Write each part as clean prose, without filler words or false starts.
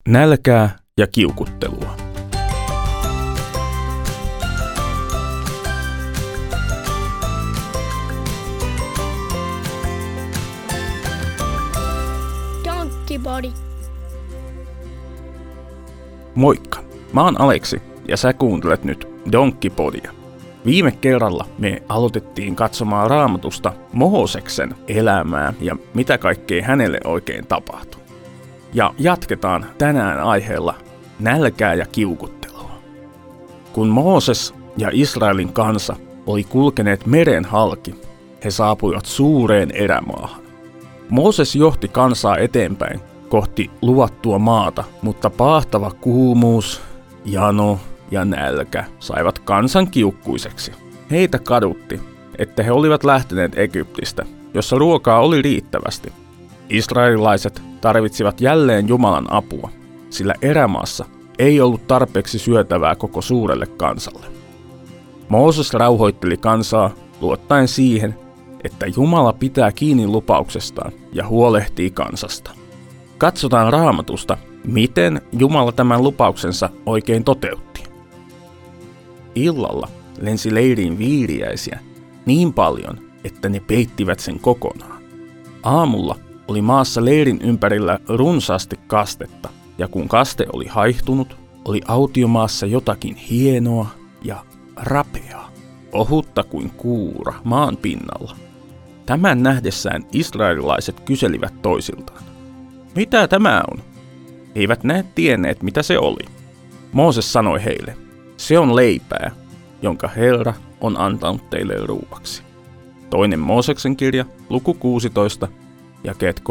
Nälkää ja kiukuttelua. Donkey Body. Moikka, mä oon Aleksi ja sä kuuntelet nyt Donkey Bodia. Viime kerralla me aloitettiin katsomaan Raamatusta Mooseksen elämää ja mitä kaikkea hänelle oikein tapahtui. Ja jatketaan tänään aiheella nälkää ja kiukuttelua. Kun Mooses ja Israelin kansa oli kulkeneet meren halki, he saapuivat suureen erämaahan. Mooses johti kansaa eteenpäin kohti luvattua maata, mutta paahtava kuumuus, jano ja nälkä saivat kansan kiukkuiseksi. Heitä kadutti, että he olivat lähteneet Egyptistä, jossa ruokaa oli riittävästi. Israelilaiset tarvitsivat jälleen Jumalan apua, sillä erämaassa ei ollut tarpeeksi syötävää koko suurelle kansalle. Mooses rauhoitteli kansaa luottaen siihen, että Jumala pitää kiinni lupauksestaan ja huolehtii kansasta. Katsotaan Raamatusta, miten Jumala tämän lupauksensa oikein toteutti. Illalla lensi leiriin viiriäisiä niin paljon, että ne peittivät sen kokonaan. Aamulla oli maassa leirin ympärillä runsaasti kastetta, ja kun kaste oli haihtunut, oli autiomaassa jotakin hienoa ja rapeaa, ohutta kuin kuura maan pinnalla. Tämän nähdessään israelilaiset kyselivät toisiltaan, mitä tämä on? Eivät ne tienneet, mitä se oli. Mooses sanoi heille, se on leipää, jonka Herra on antanut teille ruuaksi. 2. Mooseksen kirja, luku 16, jakeet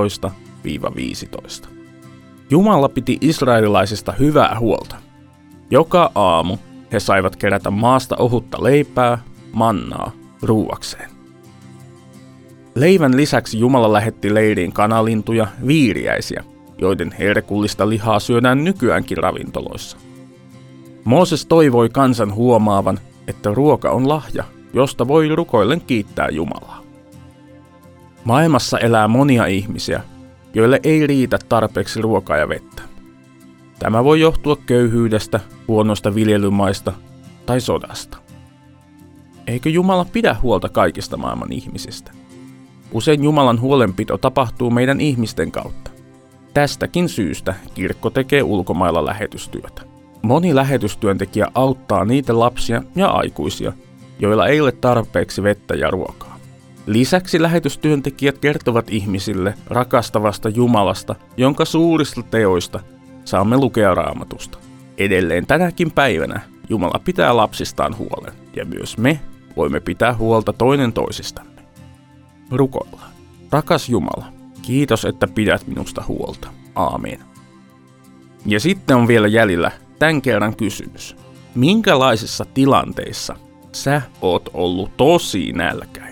13-15. Jumala piti israelilaisista hyvää huolta. Joka aamu he saivat kerätä maasta ohutta leipää, mannaa, ruuakseen. Leivän lisäksi Jumala lähetti leiriin kanalintuja, viiriäisiä, joiden herkullista lihaa syödään nykyäänkin ravintoloissa. Mooses toivoi kansan huomaavan, että ruoka on lahja, josta voi rukoillen kiittää Jumalaa. Maailmassa elää monia ihmisiä, joille ei riitä tarpeeksi ruokaa ja vettä. Tämä voi johtua köyhyydestä, huonoista viljelymaista tai sodasta. Eikö Jumala pidä huolta kaikista maailman ihmisistä? Usein Jumalan huolenpito tapahtuu meidän ihmisten kautta. Tästäkin syystä kirkko tekee ulkomailla lähetystyötä. Moni lähetystyöntekijä auttaa niitä lapsia ja aikuisia, joilla ei ole tarpeeksi vettä ja ruokaa. Lisäksi lähetystyöntekijät kertovat ihmisille rakastavasta Jumalasta, jonka suurista teoista saamme lukea Raamatusta. Edelleen tänäkin päivänä Jumala pitää lapsistaan huolen, ja myös me voimme pitää huolta toinen toisistamme. Rukoillaan. Rakas Jumala, kiitos, että pidät minusta huolta. Aamen. Ja sitten on vielä jäljellä tämän kerran kysymys. Minkälaisissa tilanteissa sä oot ollut tosi nälkäinen?